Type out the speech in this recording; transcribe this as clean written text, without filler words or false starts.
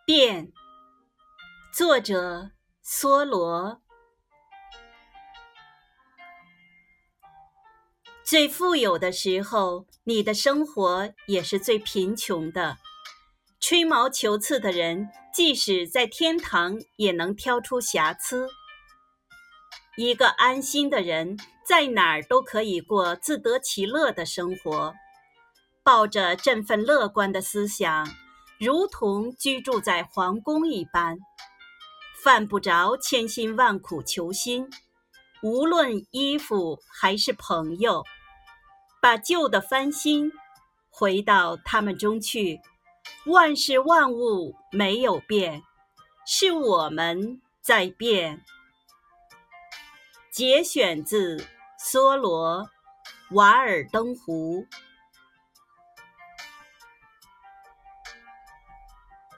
变，作者梭罗。最富有的时候，你的生活也是最贫穷的。吹毛求疵的人，即使在天堂也能挑出瑕疵。一个安心的人，在哪儿都可以过自得其乐的生活，抱着振奋乐观的思想，如同居住在皇宫一般，犯不着千辛万苦求新。无论衣服还是朋友，把旧的翻新，回到他们中去。万事万物没有变，是我们在变。节选自梭罗《瓦尔登湖》。